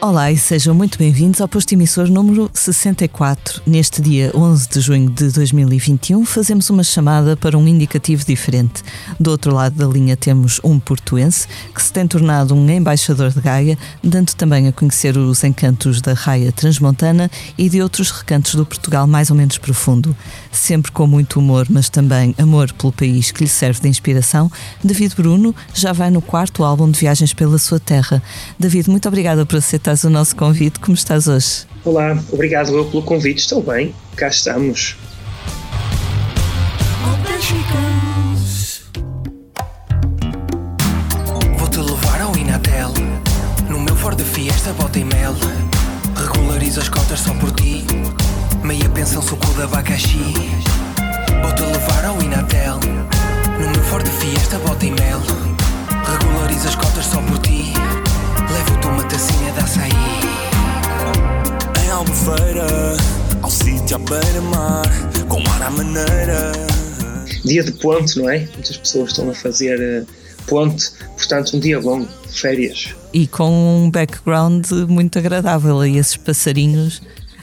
Olá e sejam muito bem-vindos ao posto emissor número 64. Neste dia 11 de junho de 2021 fazemos uma chamada para um indicativo diferente. Do outro lado da linha temos um portuense que se tem tornado um embaixador de Gaia, dando também a conhecer os encantos da raia transmontana e de outros recantos do Portugal mais ou menos profundo. Sempre com muito humor, mas também amor pelo país que lhe serve de inspiração, David Bruno já vai no 4º álbum de viagens pela sua terra. David, muito obrigada por aceitar o nosso convite. Como estás hoje? Olá, obrigado eu pelo convite. Estou bem, cá estamos. Vou-te levar ao Inatel, no meu Ford Fiesta bota e mel. Regularizo as cotas só por ti, meia pensão suco de abacaxi. Vou-te levar ao Inatel, no meu Ford Fiesta bota e mel. Regularizo as cotas só por ti, levo-te uma tacinha de açaí. Em Albufeira, ao sítio à beira-mar, com ar à maneira. Dia de ponte, não é? Muitas pessoas estão a fazer ponte, portanto um dia longo, férias. E com um background muito agradável, aí esses passarinhos.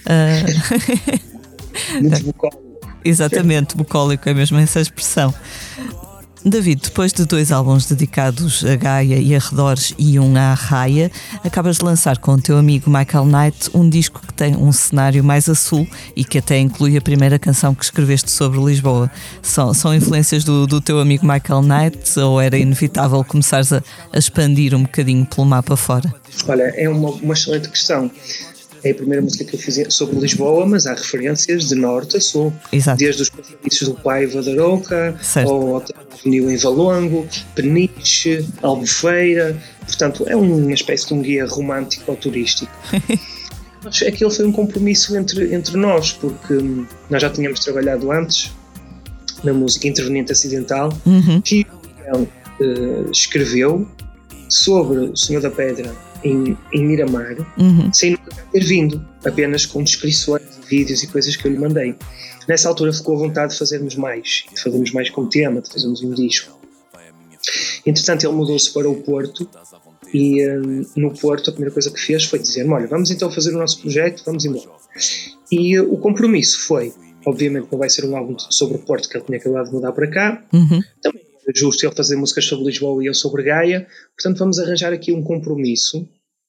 Muito bucólico. Exatamente, bucólico é mesmo essa expressão. David, depois de 2 álbuns dedicados a Gaia e arredores e um à raia, acabas de lançar com o teu amigo Michael Knight um disco que tem um cenário mais a sul e que até inclui a primeira canção que escreveste sobre Lisboa. São influências do teu amigo Michael Knight ou era inevitável começares a expandir um bocadinho pelo mapa fora? Olha, é uma excelente questão. É a primeira música que eu fiz sobre Lisboa, mas há referências de norte a sul. Exato. Desde os passadiços do Paiva da Arouca, ao Avenida em Valongo, Peniche, Albufeira. Portanto, é uma espécie de um guia romântico ou turístico. Mas aquilo foi um compromisso entre nós, porque nós já tínhamos trabalhado antes na música interveniente acidental, que ele escreveu sobre o Senhor da Pedra em Miramar, sem nunca ter vindo, apenas com descrições, vídeos e coisas que eu lhe mandei. Nessa altura ficou à vontade de fazermos mais, de fazermos mais como tema, de fazermos um disco. Entretanto, ele mudou-se para o Porto e no Porto a primeira coisa que fez foi dizer: olha, vamos então fazer o nosso projeto, vamos embora. E o compromisso foi, obviamente não vai ser um álbum sobre o Porto, que ele tinha acabado de mudar para cá, também é justo ele fazer músicas sobre Lisboa e eu sobre Gaia, portanto vamos arranjar aqui um compromisso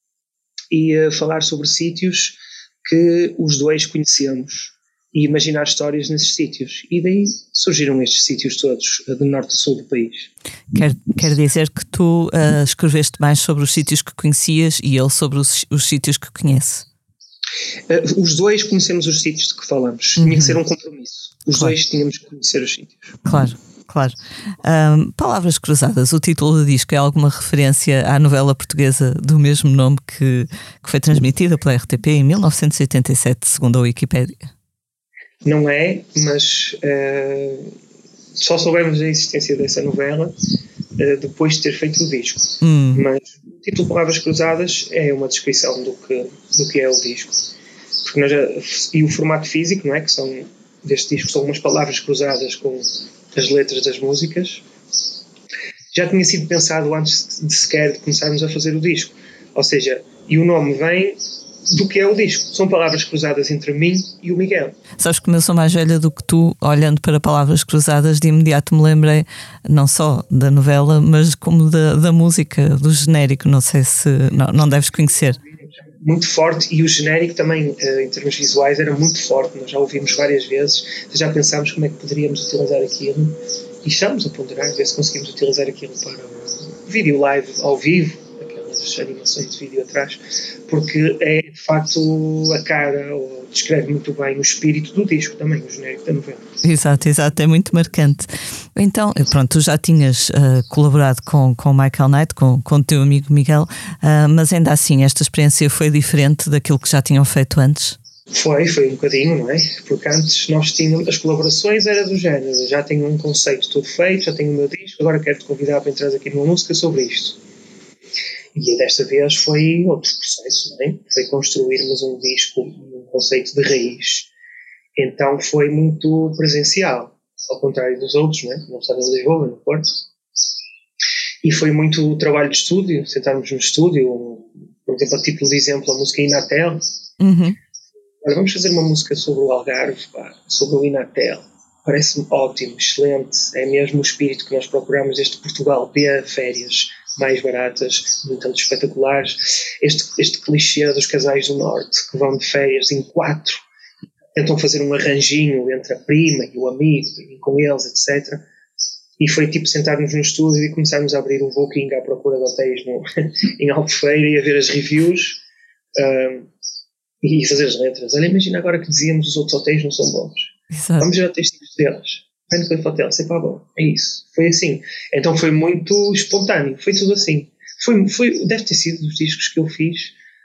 e falar sobre sítios que os dois conhecemos e imaginar histórias nesses sítios, e daí surgiram estes sítios todos de norte a sul do país. Quer dizer que tu escreveste mais sobre os sítios que conhecias e ele sobre os sítios que conhece? Os dois conhecemos os sítios de que falamos. Tinha que ser um compromisso. Os dois tínhamos que conhecer os sítios. Claro. Palavras Cruzadas, o título do disco é alguma referência à novela portuguesa do mesmo nome que foi transmitida pela RTP em 1987, segundo a Wikipédia? Não é, mas só soubemos da existência dessa novela depois de ter feito o disco. Mas o título Palavras Cruzadas é uma descrição do que é o disco. Porque e o formato físico, não é? Que são deste disco, são umas palavras cruzadas com as letras das músicas. Já tinha sido pensado antes de sequer começarmos a fazer o disco. Ou seja, e o nome vem do que é o disco. São palavras cruzadas entre mim e o Miguel. Sabes que eu sou mais velha do que tu, olhando para Palavras Cruzadas, de imediato me lembrei não só da novela, mas como da música, do genérico. Não sei se não deves conhecer. Muito forte, e o genérico também, em termos visuais, era muito forte. Nós já ouvimos várias vezes, já pensámos como é que poderíamos utilizar aquilo e estamos a ponderar, ver se conseguimos utilizar aquilo para um vídeo live ao vivo, aquelas animações de vídeo atrás, porque é de facto a cara, ou descreve muito bem o espírito do disco também, o genérico da novela. Exato, é muito marcante. Então, pronto, tu já tinhas colaborado com o Michael Knight, com o teu amigo Miguel, mas ainda assim esta experiência foi diferente daquilo que já tinham feito antes? Foi um bocadinho, não é? Porque antes nós tínhamos, as colaborações era do género, já tenho um conceito todo feito, já tenho o meu disco, agora quero-te convidar para entrar aqui numa música sobre isto. E desta vez foi outro processo, não é? Foi construirmos um disco, um conceito de raiz. Então foi muito presencial, ao contrário dos outros, não é? Não estava em Lisboa, no Porto. E foi muito trabalho de estúdio, sentarmos no estúdio, por exemplo, a título de exemplo, a música Inatel. Olha, vamos fazer uma música sobre o Algarve, sobre o Inatel. Parece-me ótimo, excelente, é mesmo o espírito que nós procuramos deste Portugal, férias mais baratas, no entanto espetaculares. Este clichê dos casais do Norte que vão de férias em 4, tentam fazer um arranjinho entre a prima e o amigo, e com eles, etc. E foi tipo sentarmos no estúdio e começarmos a abrir o Booking à procura de hotéis em Albufeira e a ver as reviews e fazer as letras. Olha, imagina agora que dizíamos os outros hotéis não são bons. Exato. Vamos ver hotéis deles. Vai no Cliff Hotel, sei pá, bom, é isso. Foi assim. Então foi muito espontâneo, foi tudo assim. Deve ter sido dos discos que eu fiz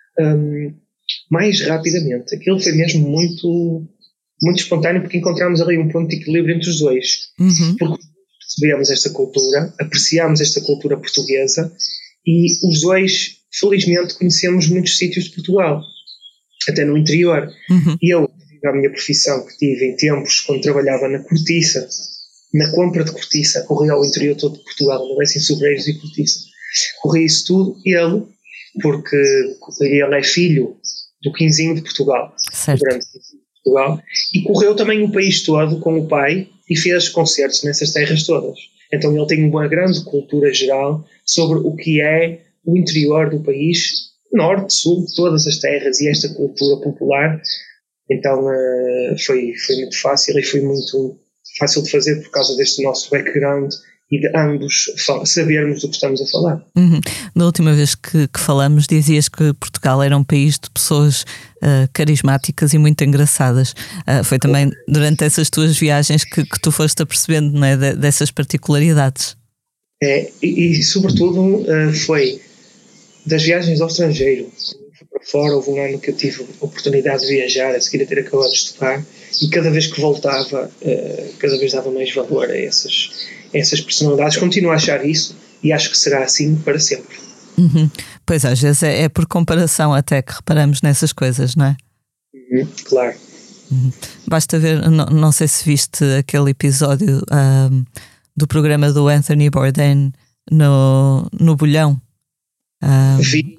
mais rapidamente. Aquilo foi mesmo muito, muito espontâneo, porque encontramos ali um ponto de equilíbrio entre os dois. Porque percebemos esta cultura, apreciámos esta cultura portuguesa e os dois, felizmente, conhecemos muitos sítios de Portugal, até no interior. E eu, a minha profissão que tive em tempos, quando trabalhava na cortiça, na compra de cortiça, corria ao interior todo de Portugal, não é assim, sobreiros e cortiça. Corria isso tudo, porque ele é filho do Quinzinho de Portugal, certo, do grande Quinzinho de Portugal, e correu também o país todo com o pai e fez concertos nessas terras todas. Então ele tem uma grande cultura geral sobre o que é o interior do país, norte, sul, todas as terras e esta cultura popular. Então foi muito fácil e foi muito fácil de fazer por causa deste nosso background e de ambos sabermos do que estamos a falar. Na última vez que falamos, dizias que Portugal era um país de pessoas carismáticas e muito engraçadas. Foi também durante essas tuas viagens que tu foste apercebendo, não é, dessas particularidades. E sobretudo foi das viagens ao estrangeiro. Para fora, houve um ano que eu tive a oportunidade de viajar, a seguir a ter acabado de estudar, e cada vez que voltava, cada vez dava mais valor a essas personalidades. Continuo a achar isso e acho que será assim para sempre. Pois, às vezes é por comparação até que reparamos nessas coisas, não é? Claro. Basta ver, não sei se viste aquele episódio do programa do Anthony Bourdain no Bolhão. Vi.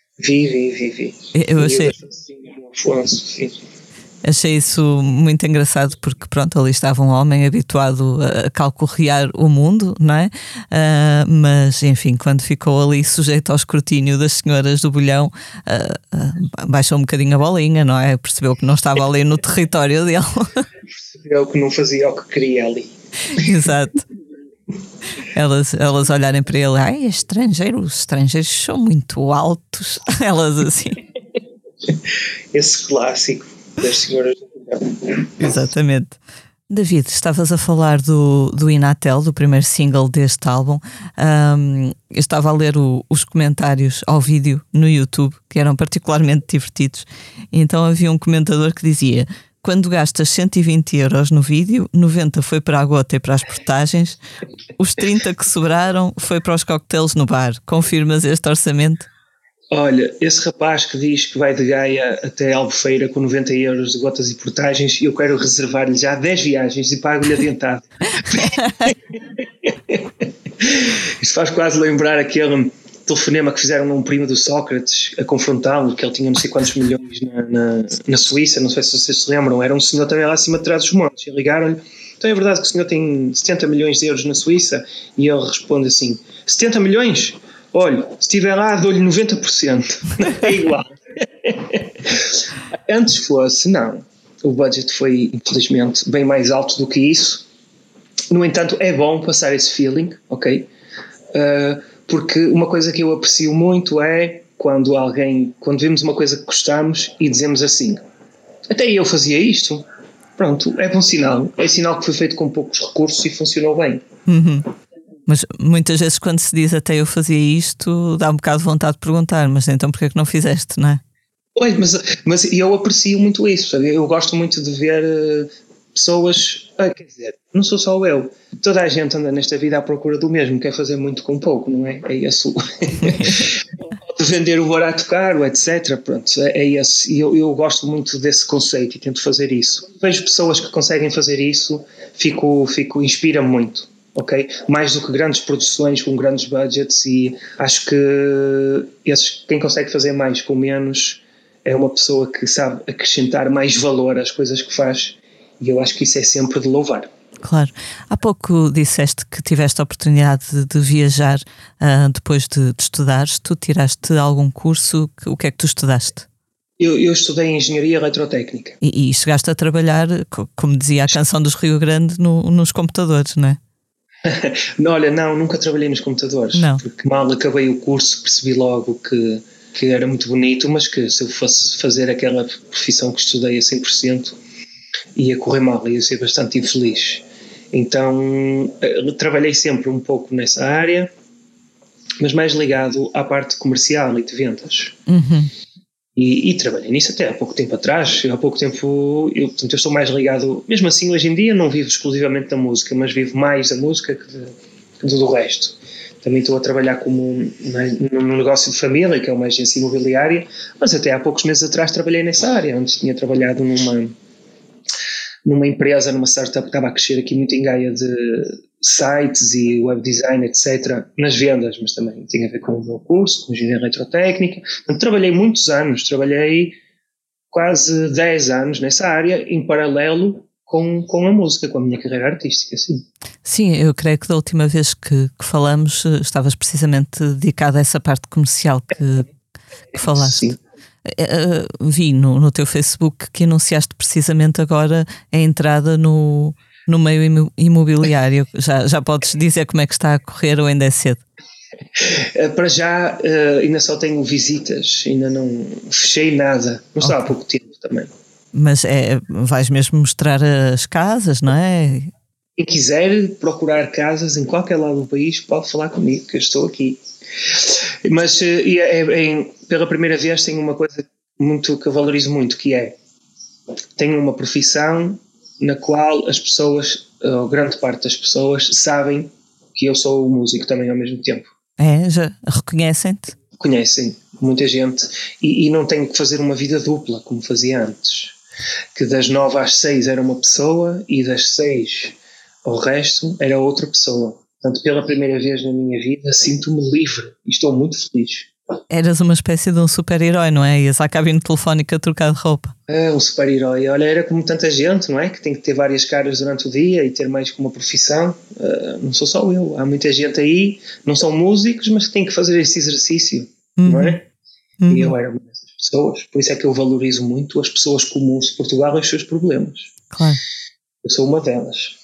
Eu achei isso muito engraçado, porque pronto, ali estava um homem habituado a calcorrear o mundo, não é? Mas enfim, quando ficou ali sujeito ao escrutínio das senhoras do Bolhão, baixou um bocadinho a bolinha, não é? Percebeu que não estava ali no território dele. Percebeu que não fazia o que queria ali. Exato. Elas olharem para ele, os estrangeiros são muito altos. Elas assim. Esse clássico das senhoras do Bolhão. Exatamente. David, estavas a falar do Inatel, do primeiro single deste álbum. Eu estava a ler os comentários ao vídeo no YouTube, que eram particularmente divertidos. Então havia um comentador que dizia: quando gastas 120 euros no vídeo, 90 foi para a gota e para as portagens, os 30 que sobraram foi para os cocktails no bar. Confirmas este orçamento? Olha, esse rapaz que diz que vai de Gaia até Albufeira com 90 euros de gotas e portagens, eu quero reservar-lhe já 10 viagens e pago-lhe adiantado. Isso faz quase lembrar aquele telefonema que fizeram a um primo do Sócrates a confrontá-lo, que ele tinha não sei quantos milhões na Suíça, não sei se vocês se lembram, era um senhor também lá acima de trás dos montes, e ligaram-lhe: então é verdade que o senhor tem 70 milhões de euros na Suíça? E ele responde assim: 70 milhões? Olha, se estiver lá dou-lhe 90%, é igual. Antes fosse, não, o budget foi infelizmente bem mais alto do que isso. No entanto, é bom passar esse feeling, ok? Porque uma coisa que eu aprecio muito é quando vemos uma coisa que gostamos e dizemos assim: até eu fazia isto. Pronto, é bom sinal. É sinal que foi feito com poucos recursos e funcionou bem. Mas muitas vezes quando se diz até eu fazia isto, dá um bocado de vontade de perguntar: mas então porquê é que não fizeste, não é? Olha, mas eu aprecio muito isso, sabe? Eu gosto muito de ver pessoas, quer dizer, não sou só eu, toda a gente anda nesta vida à procura do mesmo, quer fazer muito com pouco, não é? É esse vender o barato caro, etc. Pronto, é esse. E eu gosto muito desse conceito e tento fazer isso. Vejo pessoas que conseguem fazer isso, inspira-me muito. ok? Mais do que grandes produções com grandes budgets, e acho que quem consegue fazer mais com menos é uma pessoa que sabe acrescentar mais valor às coisas que faz, e eu acho que isso é sempre de louvar. Claro. Há pouco disseste que tiveste a oportunidade de viajar depois de estudares. Tu tiraste algum curso? O que é que tu estudaste? Eu estudei Engenharia Eletrotécnica. E chegaste a trabalhar, como dizia a canção dos Rio Grande, nos computadores, não é? Olha, não, nunca trabalhei nos computadores. Não. Porque mal acabei o curso percebi logo que era muito bonito, mas que se eu fosse fazer aquela profissão que estudei a 100% ia correr mal, ia ser bastante infeliz. Então trabalhei sempre um pouco nessa área, mas mais ligado à parte comercial e de vendas. E trabalhei nisso até há pouco tempo atrás. Há pouco tempo eu estou mais ligado, mesmo assim hoje em dia não vivo exclusivamente da música, mas vivo mais da música que do resto. Também estou a trabalhar num negócio de família, que é uma agência imobiliária, mas até há poucos meses atrás trabalhei nessa área. Antes tinha trabalhado numa empresa, numa startup que estava a crescer aqui muito em Gaia, de sites e web design, etc., nas vendas, mas também tinha a ver com o meu curso, com engenharia eletrotécnica. Então, trabalhei muitos anos, trabalhei quase 10 anos nessa área, em paralelo com a música, com a minha carreira artística, sim. Sim, eu creio que da última vez que falamos estavas precisamente dedicado a essa parte comercial que falaste. Sim. Vi no teu Facebook que anunciaste precisamente agora a entrada no meio imobiliário. Já podes dizer como é que está a correr ou ainda é cedo? Para já ainda só tenho visitas, ainda não fechei nada, não está há pouco tempo também. Mas vais mesmo mostrar as casas, não é? Quem quiser procurar casas em qualquer lado do país pode falar comigo, que eu estou aqui. Mas pela primeira vez tenho uma coisa que eu valorizo muito, que é, tenho uma profissão na qual as pessoas, ou grande parte das pessoas, sabem que eu sou músico também ao mesmo tempo. Já reconhecem-te? Conhecem, muita gente, e não tenho que fazer uma vida dupla como fazia antes, que das 9 às 6 era uma pessoa e das 6 ao resto era outra pessoa. Portanto, pela primeira vez na minha vida sinto-me livre e estou muito feliz. Eras uma espécie de um super-herói, não é? Ias à cabine telefónica trocar de roupa. Um super-herói. Olha, era como tanta gente, não é? Que tem que ter várias caras durante o dia e ter mais que uma profissão. Não sou só eu. Há muita gente aí, não são músicos, mas que têm que fazer esse exercício, não é? E eu era uma dessas pessoas. Por isso é que eu valorizo muito as pessoas comuns de Portugal e os seus problemas. Claro. Eu sou uma delas.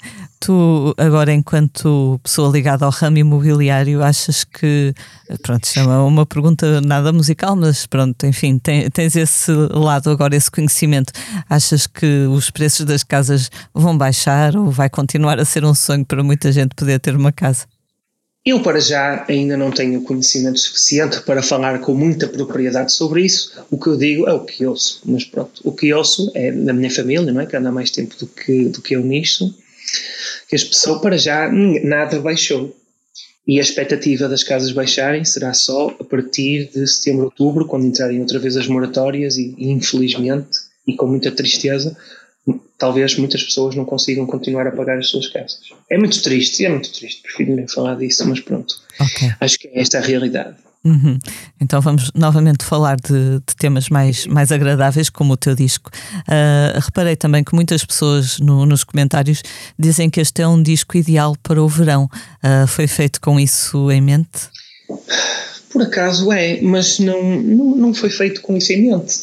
Tu, agora, enquanto pessoa ligada ao ramo imobiliário, achas que, pronto, isto é uma pergunta nada musical, mas pronto, enfim, tens esse lado agora, esse conhecimento. Achas que os preços das casas vão baixar ou vai continuar a ser um sonho para muita gente poder ter uma casa? Eu, para já, ainda não tenho conhecimento suficiente para falar com muita propriedade sobre isso. O que eu digo é o que ouço, mas pronto, o que ouço é da minha família, não é? Que anda há mais tempo do que eu nisto. Que as pessoas, para já, nada baixou. E a expectativa das casas baixarem será só a partir de setembro, outubro, quando entrarem outra vez as moratórias e infelizmente, e com muita tristeza, talvez muitas pessoas não consigam continuar a pagar as suas casas. É muito triste, prefiro nem falar disso, mas pronto. Okay. Acho que é esta a realidade. Então vamos novamente falar de temas mais agradáveis, como o teu disco. Reparei também que muitas pessoas nos comentários dizem que este é um disco ideal para o verão. Foi feito com isso em mente? Por acaso é, mas não foi feito com isso em mente.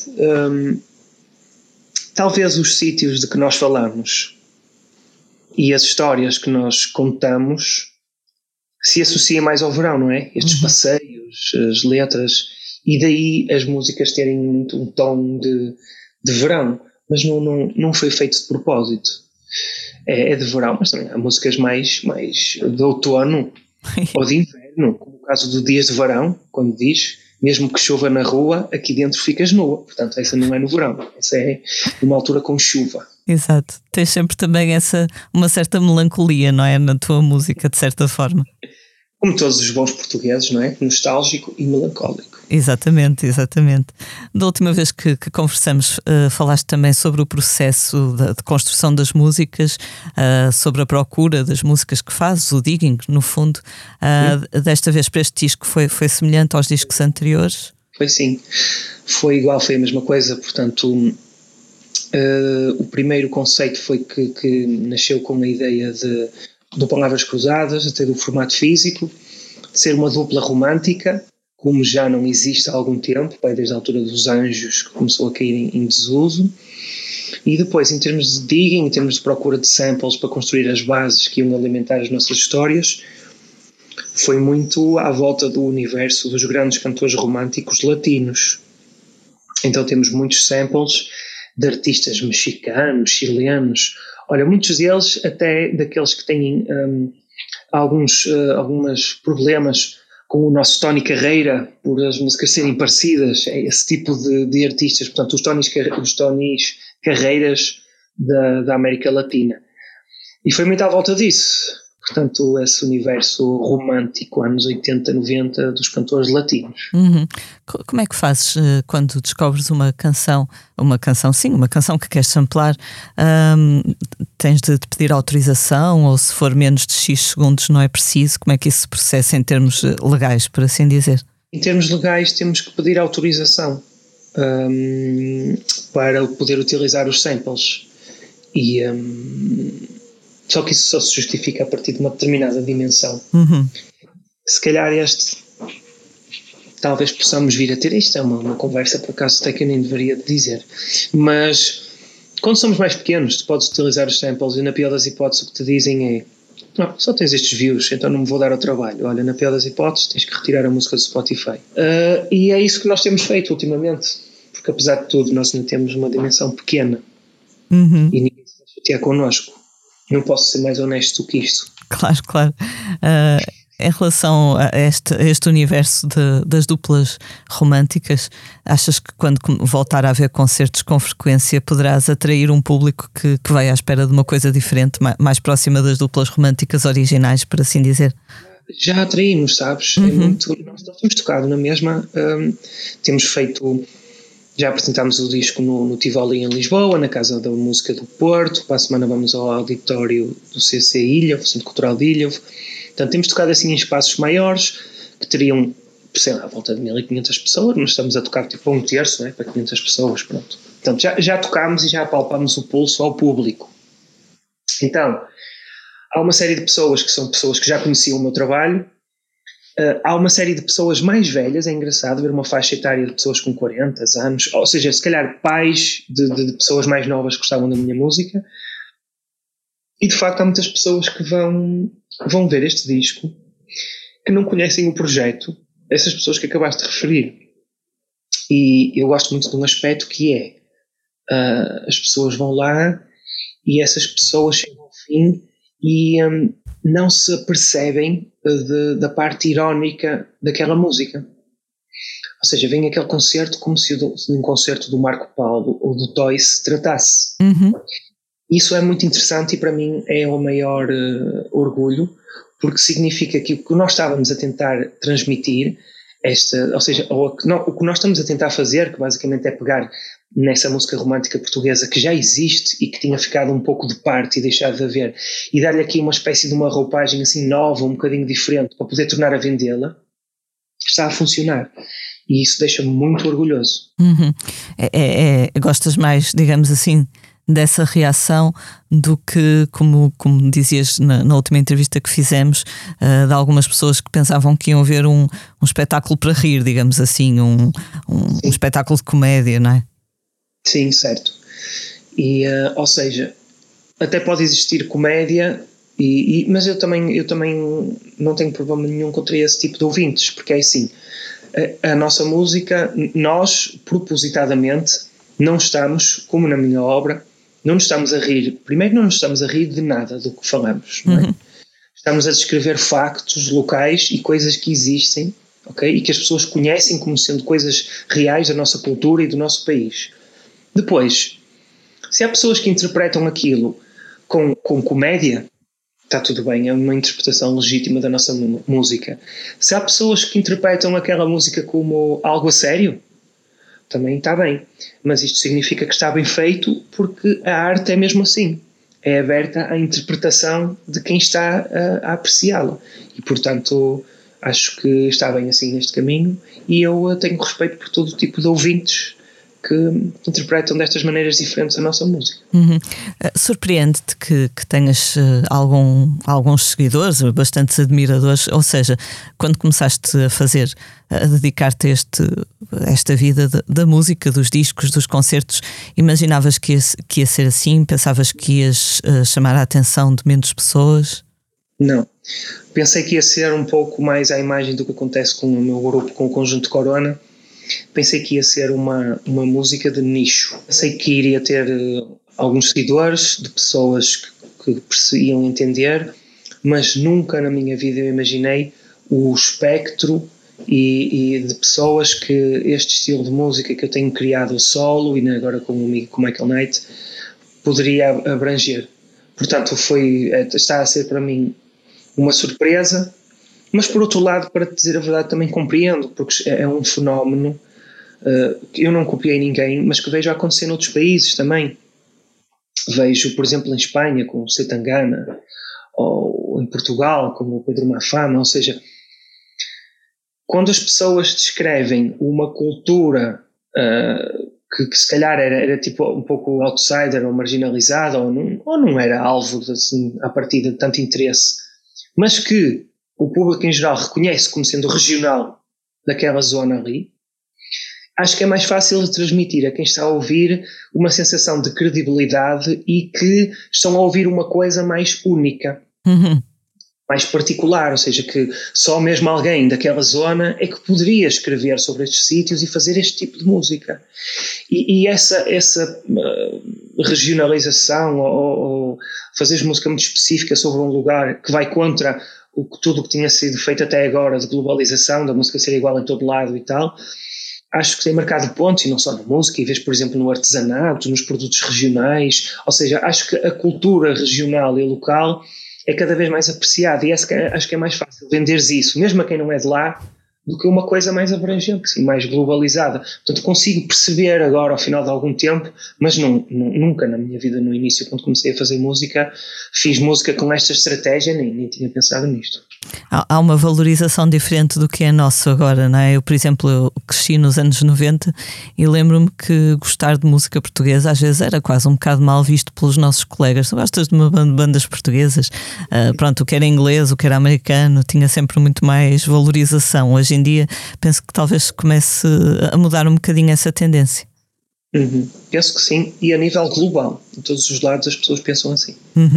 Talvez os sítios de que nós falamos e as histórias que nós contamos se associa mais ao verão, não é? Estes passeios, as letras, e daí as músicas terem muito um tom de verão, mas não foi feito de propósito. É de verão, mas também há músicas mais de outono ou de inverno, como o caso do Dias de Verão, quando diz, mesmo que chova na rua, aqui dentro ficas nua. Portanto, essa não é no verão, essa é numa altura com chuva. Exato. Tens sempre também uma certa melancolia, não é? Na tua música, de certa forma. Como todos os bons portugueses, não é? Nostálgico e melancólico. Exatamente. Da última vez que conversamos, falaste também sobre o processo de construção das músicas, sobre a procura das músicas que fazes, o digging, no fundo. Desta vez para este disco foi semelhante aos discos anteriores? Foi sim, foi igual, foi a mesma coisa. Portanto, o primeiro conceito foi que nasceu com a ideia de Palavras Cruzadas, de ter o formato físico, de ser uma dupla romântica, como já não existe há algum tempo, desde a altura dos Anjos, que começou a cair em desuso. E depois, em termos de digging, em termos de procura de samples para construir as bases que iam alimentar as nossas histórias, foi muito à volta do universo dos grandes cantores românticos latinos. Então temos muitos samples de artistas mexicanos, chilenos, olha, muitos deles até daqueles que têm alguns problemas com o nosso Tony Carreira, por as músicas serem parecidas, é esse tipo de artistas, portanto os Tonys Carreiras da América Latina. E foi muito à volta disso. Portanto, esse universo romântico, anos 80, 90, dos cantores latinos. Como é que fazes quando descobres uma canção que queres samplar? Tens de pedir autorização, ou se for menos de X segundos não é preciso? Como é que isso se processa em termos legais, por assim dizer? Em termos legais temos que pedir autorização para poder utilizar os samples. Só que isso só se justifica a partir de uma determinada dimensão. Se calhar talvez possamos vir a ter, isto é uma conversa por acaso até que eu nem deveria dizer, mas quando somos mais pequenos tu podes utilizar os samples e na pior das hipóteses o que te dizem é só tens estes views, então não me vou dar ao trabalho. Olha, na pior das hipóteses tens que retirar a música do Spotify. E é isso que nós temos feito ultimamente, porque apesar de tudo nós ainda temos uma dimensão pequena e ninguém se vai chatear connosco. Não posso ser mais honesto do que isto. Claro. Em relação a este universo das duplas românticas, achas que quando voltar a haver concertos com frequência poderás atrair um público que vai à espera de uma coisa diferente, mais próxima das duplas românticas originais, por assim dizer? Já atraímos, sabes? Nós temos tocado na mesma, temos feito... Já apresentámos o disco no Tivoli em Lisboa, na Casa da Música do Porto. Para a semana vamos ao auditório do CC Ilhavo, Centro Cultural de Ilhavo. Portanto, temos tocado assim em espaços maiores, que teriam, sei lá, à volta de 1500 pessoas, mas estamos a tocar tipo um terço, para 500 pessoas, pronto. Portanto, já tocámos e já apalpámos o pulso ao público. Então, há uma série de pessoas que são pessoas que já conheciam o meu trabalho. Há uma série de pessoas mais velhas, é engraçado ver uma faixa etária de pessoas com 40 anos, ou seja, se calhar pais de pessoas mais novas que gostavam da minha música, e de facto há muitas pessoas que vão ver este disco que não conhecem o projeto, essas pessoas que acabaste de referir. E eu gosto muito de um aspecto que é, as pessoas vão lá e essas pessoas chegam ao fim e não se apercebem da parte irónica daquela música. Ou seja, vem aquele concerto como se de um concerto do Marco Paulo ou do Toy se tratasse. Isso é muito interessante e para mim é o maior orgulho, porque significa que o que nós estávamos a tentar transmitir, ou seja, o que nós estamos a tentar fazer, que basicamente é pegar nessa música romântica portuguesa que já existe e que tinha ficado um pouco de parte e deixado de haver, e dar-lhe aqui uma espécie de uma roupagem assim nova, um bocadinho diferente, para poder tornar a vendê-la, está a funcionar. E isso deixa-me muito orgulhoso. Gostas mais, digamos assim, dessa reação do que, como dizias na última entrevista que fizemos, de algumas pessoas que pensavam que iam ver um espetáculo para rir, digamos assim, um espetáculo de comédia, não é? Sim, certo. E, ou seja, até pode existir comédia, mas eu também não tenho problema nenhum contra esse tipo de ouvintes, porque é assim, a nossa música, nós propositadamente não estamos, como na minha obra, não nos estamos a rir, primeiro não nos estamos a rir de nada do que falamos, não é? Estamos a descrever factos locais e coisas que existem, ok? E que as pessoas conhecem como sendo coisas reais da nossa cultura e do nosso país. Depois, se há pessoas que interpretam aquilo com comédia, está tudo bem, é uma interpretação legítima da nossa música. Se há pessoas que interpretam aquela música como algo a sério, também está bem, mas isto significa que está bem feito, porque a arte é mesmo assim, é aberta à interpretação de quem está a apreciá-la, e portanto acho que está bem assim neste caminho, e eu tenho respeito por todo tipo de ouvintes que interpretam destas maneiras diferentes a nossa música. Surpreende-te que tenhas alguns seguidores, bastantes admiradores, ou seja, quando começaste a dedicar-te a esta vida da música, dos discos, dos concertos, imaginavas que ia ser assim? Pensavas que ias chamar a atenção de menos pessoas? Não. Pensei que ia ser um pouco mais à imagem do que acontece com o meu grupo, com o Conjunto Corona. Pensei que ia ser uma música de nicho. Pensei que iria ter alguns seguidores, de pessoas que iam entender, mas nunca na minha vida eu imaginei o espectro e de pessoas que este estilo de música que eu tenho criado solo e agora com o amigo com Michael Knight poderia abranger. Portanto, está a ser para mim uma surpresa, mas por outro lado, para te dizer a verdade, também compreendo, porque é um fenómeno que eu não copiei ninguém, mas que vejo acontecer noutros países também. Vejo, por exemplo, em Espanha com o Zetangana, ou em Portugal com o Pedro Mafama, ou seja, quando as pessoas descrevem uma cultura que se calhar era tipo um pouco outsider ou marginalizada, ou não era alvo assim, à partida de tanto interesse, mas que o público em geral reconhece como sendo regional daquela zona ali, acho que é mais fácil de transmitir a quem está a ouvir uma sensação de credibilidade e que estão a ouvir uma coisa mais única, mais particular, ou seja, que só mesmo alguém daquela zona é que poderia escrever sobre estes sítios e fazer este tipo de música. E essa regionalização ou fazer música muito específica sobre um lugar que vai contra tudo o que tinha sido feito até agora de globalização, da música ser igual em todo lado e tal, acho que tem marcado pontos, e não só na música, e vejo, por exemplo, no artesanato, nos produtos regionais, ou seja, acho que a cultura regional e local é cada vez mais apreciada, e acho que é mais fácil venderes isso, mesmo a quem não é de lá, do que uma coisa mais abrangente, assim, mais globalizada. Portanto, consigo perceber agora, ao final de algum tempo, mas nunca na minha vida, no início, quando comecei a fazer música, fiz música com esta estratégia, nem tinha pensado nisto. Há uma valorização diferente do que é nosso agora, não é? Eu, por exemplo, eu cresci nos anos 90 e lembro-me que gostar de música portuguesa às vezes era quase um bocado mal visto pelos nossos colegas. Tu gostas de uma bandas portuguesas? Pronto, o que era inglês, o que era americano, tinha sempre muito mais valorização. Hoje em dia penso que talvez comece a mudar um bocadinho essa tendência. Penso que sim, e a nível global, em todos os lados as pessoas pensam assim.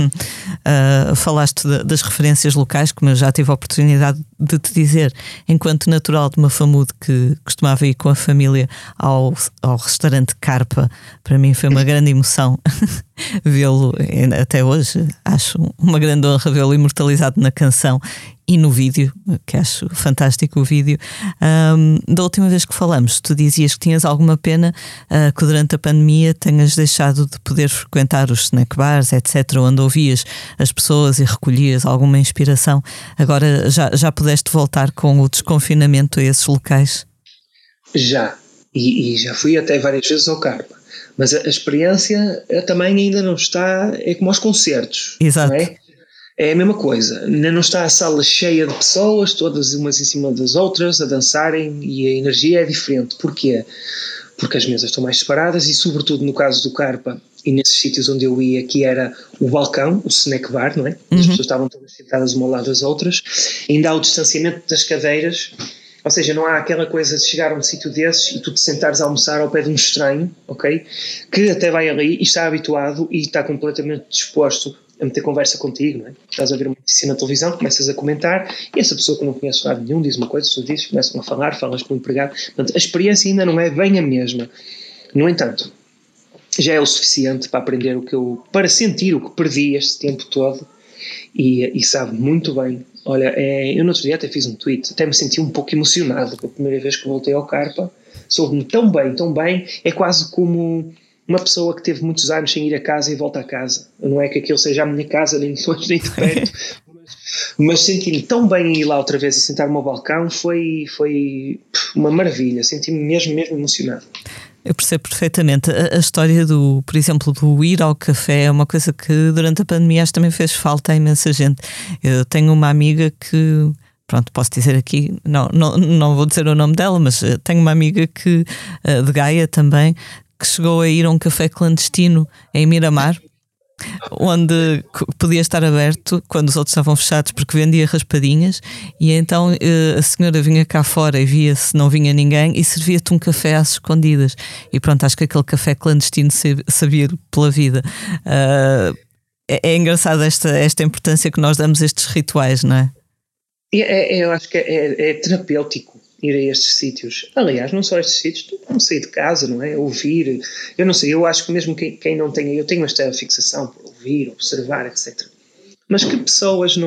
Falaste das referências locais, como eu já tive a oportunidade de te dizer, enquanto natural de Mafamude, que costumava ir com a família ao restaurante Carpa, para mim foi uma grande emoção vê-lo, até hoje acho uma grande honra vê-lo imortalizado na canção e no vídeo, que acho fantástico o vídeo. Da última vez que falamos, tu dizias que tinhas alguma pena que durante a pandemia tenhas deixado de poder frequentar os snack bars, etc., onde ouvias as pessoas e recolhias alguma inspiração. Agora já pudeste voltar com o desconfinamento a esses locais? Já, e já fui até várias vezes ao Carpa, mas a experiência também ainda não está, é como aos concertos. Exato. Não é? É a mesma coisa, ainda não está a sala cheia de pessoas, todas umas em cima das outras, a dançarem, e a energia é diferente. Porquê? Porque as mesas estão mais separadas e, sobretudo no caso do Carpa e nesses sítios onde eu ia, que era o balcão, o snack bar, não é? As pessoas estavam todas sentadas uma ao lado das outras, ainda há o distanciamento das cadeiras, ou seja, não há aquela coisa de chegar a um sítio desses e tu te sentares a almoçar ao pé de um estranho, ok? Que até vai ali e está habituado e está completamente disposto a meter conversa contigo, não é? Estás a ver uma notícia na televisão, começas a comentar e essa pessoa que não conhece lado nenhum diz uma coisa, tu dizes, começam a falas com o empregado. Portanto, a experiência ainda não é bem a mesma. No entanto, já é o suficiente para aprender para sentir o que perdi este tempo todo e sabe muito bem. Olha, eu no outro dia até fiz um tweet, até me senti um pouco emocionado pela primeira vez que voltei ao Carpa, soube-me tão bem, é quase como uma pessoa que teve muitos anos sem ir a casa e volta a casa. Não é que aquilo seja a minha casa, nem de longe nem de perto, mas senti-me tão bem em ir lá outra vez e sentar-me ao balcão, foi uma maravilha, senti-me mesmo emocionado. Eu percebo perfeitamente. A história por exemplo, do ir ao café é uma coisa que durante a pandemia acho que também fez falta a imensa gente. Eu tenho uma amiga que, pronto, posso dizer aqui, não vou dizer o nome dela, mas tenho uma amiga que, de Gaia também, que chegou a ir a um café clandestino em Miramar, onde podia estar aberto quando os outros estavam fechados, porque vendia raspadinhas, e então a senhora vinha cá fora e via se não vinha ninguém e servia-te um café às escondidas, e pronto, acho que aquele café clandestino sabia pela vida. É engraçado esta importância que nós damos a estes rituais, não é? Eu acho que é terapêutico ir a estes sítios. Aliás, não só estes sítios, tu não sair de casa, não é? Ouvir, eu não sei, eu acho que mesmo quem não tenha, eu tenho esta fixação por ouvir, observar, etc. Mas que pessoas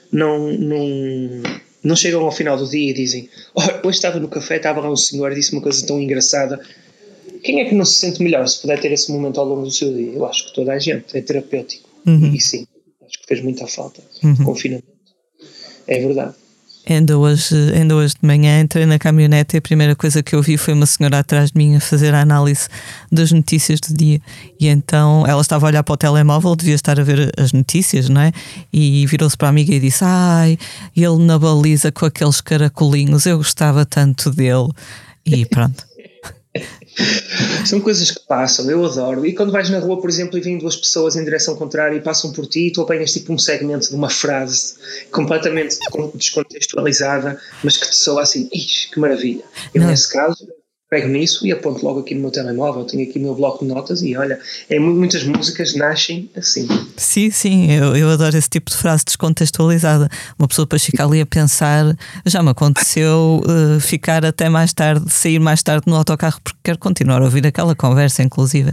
não chegam ao final do dia e dizem: hoje estava no café, estava lá um senhor e disse uma coisa tão engraçada. Quem é que não se sente melhor se puder ter esse momento ao longo do seu dia? Eu acho que toda a gente, é terapêutico. E sim, acho que fez muita falta. Confinamento. É verdade. Ainda hoje de manhã entrei na caminhonete e a primeira coisa que eu vi foi uma senhora atrás de mim a fazer a análise das notícias do dia, e então ela estava a olhar para o telemóvel, devia estar a ver as notícias, não é? E virou-se para a amiga e disse: ele na baliza com aqueles caracolinhos, eu gostava tanto dele. E pronto. São coisas que passam, eu adoro. E quando vais na rua, por exemplo, e vêm duas pessoas em direção contrária e passam por ti, e tu apanhas tipo um segmento de uma frase completamente descontextualizada, mas que te soa assim: que maravilha. Eu, nesse caso, pego nisso e aponto logo aqui no meu telemóvel, tenho aqui o meu bloco de notas e olha, muitas músicas nascem assim. Sim, eu adoro esse tipo de frase descontextualizada. Uma pessoa para ficar ali a pensar. Já me aconteceu ficar até mais tarde, sair mais tarde no autocarro porque quero continuar a ouvir aquela conversa, inclusive.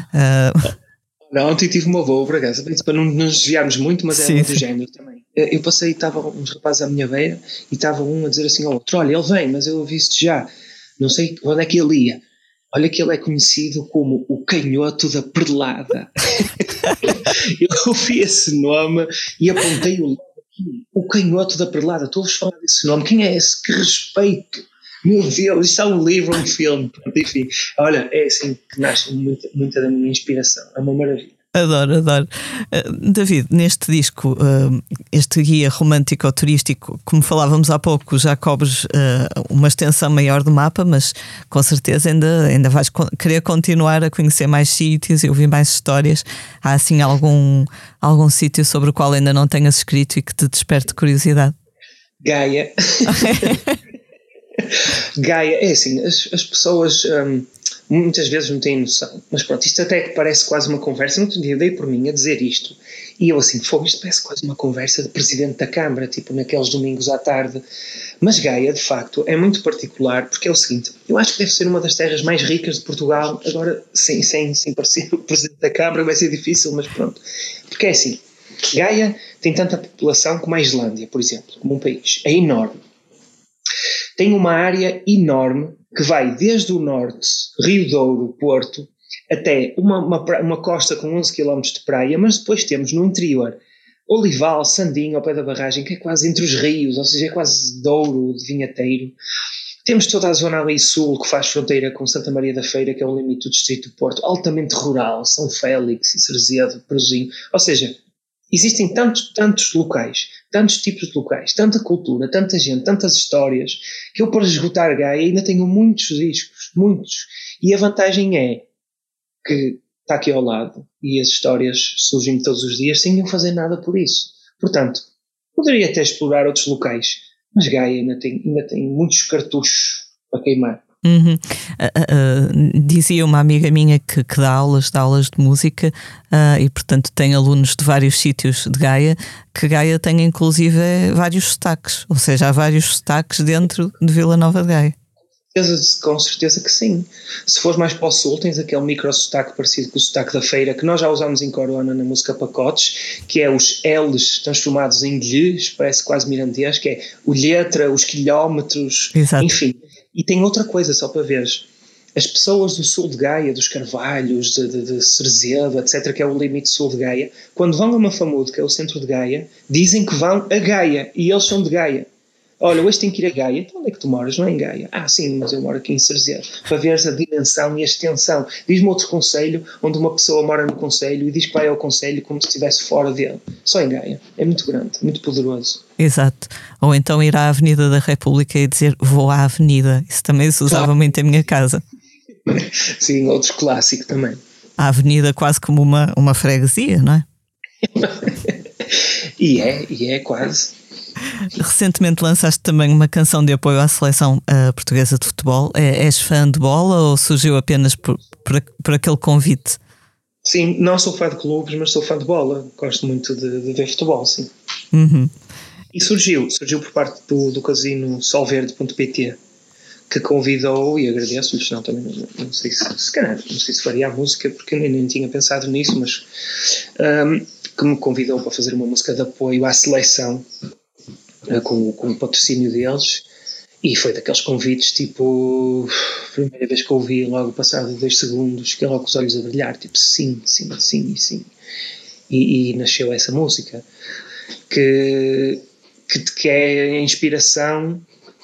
Ontem tive uma boa, por acaso, para não nos desviarmos muito, mas é do género também. Eu passei, estava uns rapazes à minha beira e estava um a dizer assim ao outro: olha, ele vem, mas eu ouvi-te já. Não sei onde é que ele ia. Olha que ele é conhecido como o Canhoto da Perlada. Eu ouvi esse nome e apontei-o aqui. O Canhoto da Perlada. Estou-vos a falar desse nome. Quem é esse? Que respeito. Meu Deus, isto é um livro, um filme. Enfim, olha, é assim que nasce muita da minha inspiração. É uma maravilha. Adoro. David, neste disco, este guia romântico turístico, como falávamos há pouco, já cobres uma extensão maior do mapa, mas com certeza ainda vais querer continuar a conhecer mais sítios e ouvir mais histórias. Há assim algum sítio sobre o qual ainda não tenhas escrito e que te desperte curiosidade? Gaia. Gaia, é assim, as pessoas muitas vezes não têm noção, mas pronto, isto até que parece quase uma conversa. Muito dia dei por mim a dizer isto e eu assim, isto parece quase uma conversa de presidente da Câmara, tipo naqueles domingos à tarde. Mas Gaia, de facto, é muito particular porque é o seguinte: eu acho que deve ser uma das terras mais ricas de Portugal. Agora, sem parecer o presidente da Câmara vai ser difícil, mas pronto, porque é assim, Gaia tem tanta população como a Islândia, por exemplo, como um país, é enorme. Tem uma área enorme que vai desde o norte, Rio Douro, Porto, até uma costa com 11 km de praia, mas depois temos no interior Olival, Sandinho, ao pé da barragem, que é quase entre os rios, ou seja, é quase Douro, de Vinheteiro. Temos toda a zona ali sul, que faz fronteira com Santa Maria da Feira, que é o limite do distrito do Porto, altamente rural, São Félix e Cerzedo, Peruzinho, ou seja, existem tantos locais, tantos tipos de locais, tanta cultura, tanta gente, tantas histórias, que eu, para esgotar Gaia, ainda tenho muitos discos, muitos. E a vantagem é que está aqui ao lado e as histórias surgem todos os dias sem eu fazer nada por isso. Portanto, poderia até explorar outros locais, mas Gaia ainda tem muitos cartuchos para queimar. Dizia uma amiga minha que dá aulas de música e portanto tem alunos de vários sítios de Gaia, que Gaia tem inclusive vários sotaques, ou seja, há vários sotaques dentro de Vila Nova de Gaia. Com certeza que sim. Se fores mais para o sul, tens aquele micro sotaque parecido com o sotaque da feira, que nós já usamos em Corona na música Pacotes, que é os L's transformados em L's, parece quase mirandês, que é o letra, os quilómetros. Exato. Enfim. E tem outra coisa, só para veres. as pessoas do sul de Gaia, dos Carvalhos, de Cerezedo, etc., que é o limite sul de Gaia, quando vão a Mafamudo, que é o centro de Gaia, dizem que vão a Gaia, e eles são de Gaia. Olha, hoje tenho que ir a Gaia. Então onde é que tu moras? Não é em Gaia? Ah, sim, mas eu moro aqui em Cerezedo. Para veres a dimensão e a extensão. Diz-me outro concelho onde uma pessoa mora no concelho e diz que vai ao concelho como se estivesse fora dele. Só em Gaia. É muito grande, muito poderoso. Exato. Ou então ir à Avenida da República e dizer vou à Avenida. Isso também se usava muito em minha casa. Sim, outro clássico também. A Avenida quase como uma freguesia, não é? E é quase. Recentemente lançaste também uma canção de apoio à seleção portuguesa de futebol. És fã de bola ou surgiu apenas por aquele convite? Sim, não sou fã de clubes, mas sou fã de bola. Gosto muito de ver futebol, sim. Uhum. E surgiu por parte do casino solverde.pt, que convidou, e agradeço-lhes, senão também não sei se faria a música, porque eu nem tinha pensado nisso, mas que me convidou para fazer uma música de apoio à seleção, com o patrocínio deles, e foi daqueles convites tipo, primeira vez que ouvi, logo passado 2 segundos, fiquei logo com os olhos a brilhar, tipo sim, e nasceu essa música que é a inspiração,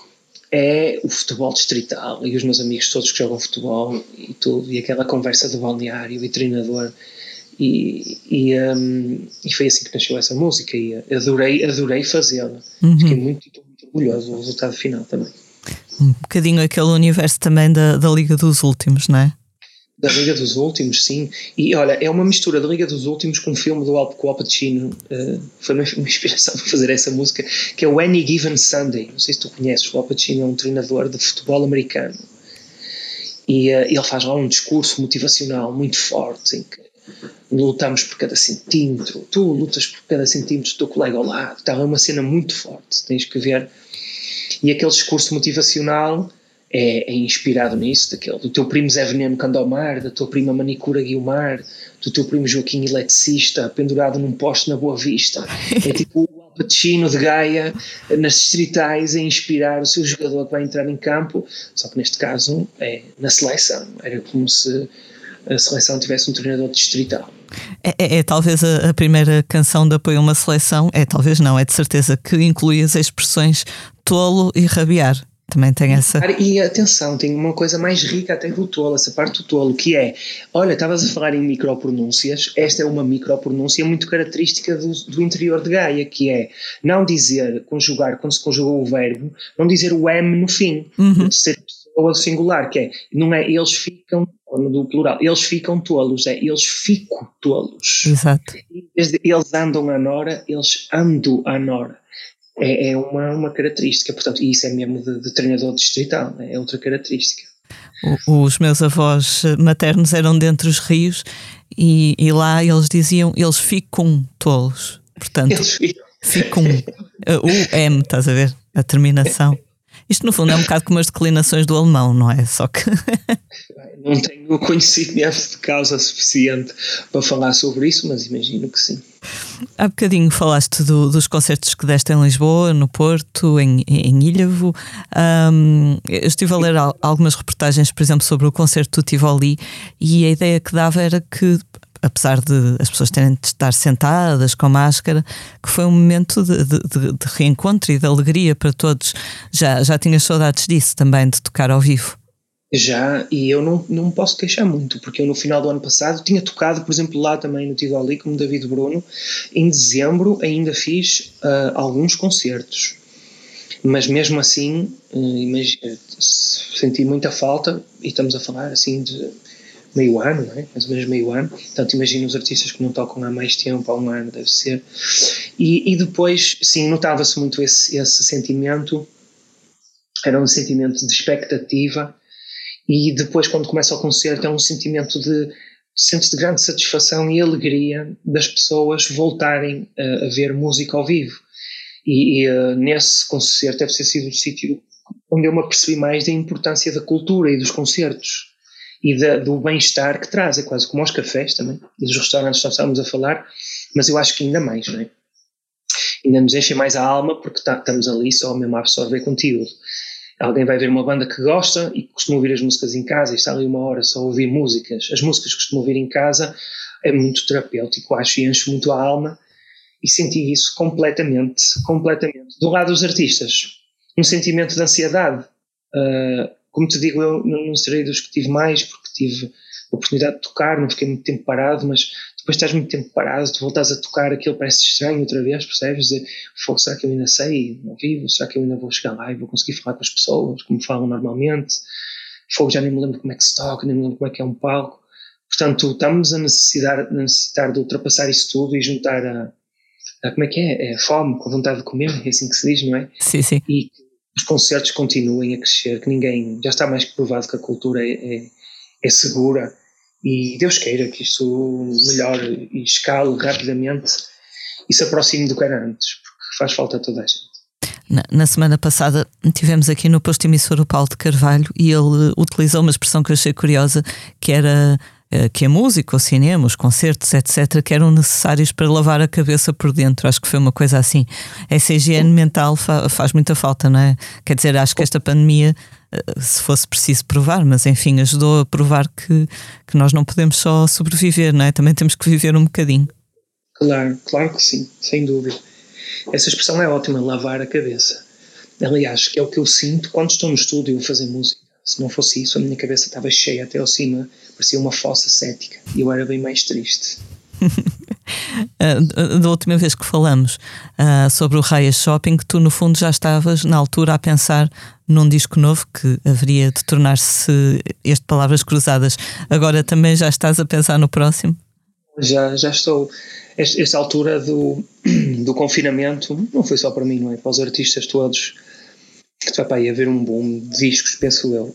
é o futebol distrital e os meus amigos todos que jogam futebol e tudo, e aquela conversa do balneário e treinador. E foi assim que nasceu essa música e adorei fazê-la. Fiquei muito orgulhoso do resultado final também. Um bocadinho aquele universo também da Liga dos Últimos, não é? Da Liga dos Últimos, sim. E olha, é uma mistura da Liga dos Últimos com um filme do Al Pacino. Foi uma inspiração para fazer essa música, que é o Any Given Sunday. Não sei se tu conheces. O Al Pacino é um treinador de futebol americano e ele faz lá um discurso motivacional muito forte, em que lutamos por cada centímetro, tu lutas por cada centímetro do teu colega ao lado. Então é uma cena muito forte, tens que ver. E aquele discurso motivacional é inspirado nisso, do teu primo Zé Veneno Candomar, da tua prima Manicura Guiomar, do teu primo Joaquim Eletricista, pendurado num poste na Boa Vista. É tipo o Al Pacino de Gaia nas distritais a inspirar o seu jogador que vai entrar em campo, só que neste caso é na seleção. Era como se a seleção tivesse um treinador distrital. É talvez a primeira canção de apoio a uma seleção, talvez não, é de certeza que inclui as expressões tolo e rabiar. Também tem essa. E atenção, tem uma coisa mais rica até do tolo, essa parte do tolo, que é, olha, estavas a falar em micropronúncias, esta é uma micropronúncia muito característica do interior de Gaia, que é não dizer, conjugar, quando se conjugou o verbo, não dizer o M no fim, de ser pessoa singular, que é, não é eles ficam, ou no plural, eles ficam tolos, é eles fico tolos. Exato. Eles andam a nora, eles ando a nora. É uma característica, portanto, e isso é mesmo de treinador distrital, é outra característica. Os meus avós maternos eram dentro dos rios e lá eles diziam, eles ficam tolos, portanto, eles ficam, o M, estás a ver, a terminação. Isto no fundo é um bocado como as declinações do alemão, não é? Só que não tenho conhecimento de causa suficiente para falar sobre isso, mas imagino que sim. Há bocadinho falaste dos concertos que deste em Lisboa, no Porto, em Ilhavo. Eu estive a ler algumas reportagens, por exemplo, sobre o concerto do Tivoli, e a ideia que dava era que, apesar de as pessoas terem de estar sentadas com máscara, que foi um momento de reencontro e de alegria para todos. Já tinhas saudades disso também, de tocar ao vivo? Já, e eu não posso queixar muito, porque eu no final do ano passado tinha tocado, por exemplo, lá também no Tivoli, como David Bruno. Em dezembro ainda fiz alguns concertos, mas mesmo assim senti muita falta, e estamos a falar assim de meio ano, não é? Mais ou menos meio ano. Portanto, imagino os artistas que não tocam há mais tempo, há um ano deve ser, e depois sim, notava-se muito esse sentimento. Era um sentimento de expectativa. E depois, quando começa o concerto, é um sentimento sentes de grande satisfação e alegria das pessoas voltarem a ver música ao vivo. E nesse concerto deve ter sido o sítio onde eu me apercebi mais da importância da cultura e dos concertos e do bem-estar que traz. É quase como aos cafés também, e dos restaurantes que nós estávamos a falar, mas eu acho que ainda mais, não é? Ainda nos enche mais a alma porque estamos ali só mesmo a absorver conteúdo. Alguém vai ver uma banda que gosta e costuma ouvir as músicas em casa e está ali uma hora só a ouvir músicas. As músicas que costuma ouvir em casa é muito terapêutico, acho, e enche muito a alma, e senti isso completamente. Do lado dos artistas, um sentimento de ansiedade. Como te digo, eu não serei dos que tive mais, porque tive a oportunidade de tocar, não fiquei muito tempo parado, mas depois estás muito tempo parado, tu voltas a tocar, aquilo parece estranho outra vez, percebes? Dizer, será que eu ainda sei ao vivo? Será que eu ainda vou chegar lá e vou conseguir falar com as pessoas como falam normalmente? Já nem me lembro como é que se toca, nem me lembro como é que é um palco. Portanto, estamos a necessitar de ultrapassar isso tudo e juntar a como é que é? É a fome com a vontade de comer, é assim que se diz, não é? Sim, sim. E que os concertos continuem a crescer, que ninguém, já está mais que provado que a cultura é segura, e Deus queira que isto melhore e escale rapidamente e se aproxime do que era antes, porque faz falta a toda a gente. Na semana passada tivemos aqui no posto emissor o Paulo de Carvalho e ele utilizou uma expressão que eu achei curiosa, que era que a música, o cinema, os concertos, etc., que eram necessários para lavar a cabeça por dentro. Acho que foi uma coisa assim. Essa higiene mental faz muita falta, não é? Quer dizer, acho que esta pandemia, se fosse preciso provar, mas enfim, ajudou a provar que nós não podemos só sobreviver, não é? Também temos que viver um bocadinho. Claro que sim, sem dúvida. Essa expressão é ótima, lavar a cabeça. Aliás, que é o que eu sinto quando estou no estúdio a fazer música. Se não fosse isso, a minha cabeça estava cheia até ao cima, parecia uma fossa cética, e eu era bem mais triste. Da última vez que falamos sobre o Raya Shopping, tu no fundo já estavas na altura a pensar num disco novo que haveria de tornar-se este Palavras Cruzadas. Agora também já estás a pensar no próximo? Já estou. Esta altura do confinamento não foi só para mim, não é? Para os artistas todos, que vai haver um boom de discos, penso eu.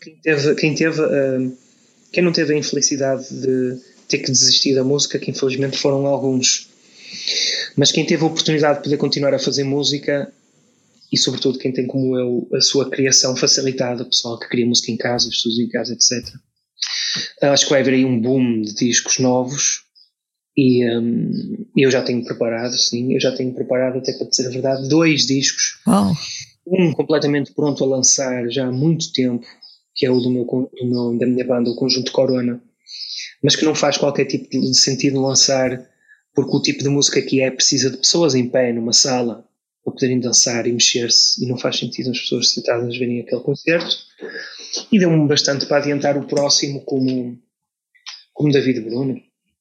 Quem não teve a infelicidade de ter que desistir da música, que infelizmente foram alguns, mas quem teve a oportunidade de poder continuar a fazer música, e sobretudo quem tem como eu a sua criação facilitada, o pessoal que cria música em casa, estudos em casa, etc., acho que vai haver aí um boom de discos novos, e eu já tenho preparado, até para dizer a verdade, 2 discos. Um completamente pronto a lançar já há muito tempo, que é o da minha banda, o Conjunto Corona, mas que não faz qualquer tipo de sentido lançar, porque o tipo de música que precisa de pessoas em pé numa sala para poderem dançar e mexer-se, e não faz sentido as pessoas sentadas verem aquele concerto. E deu-me bastante para adiantar o próximo, como David Bruno.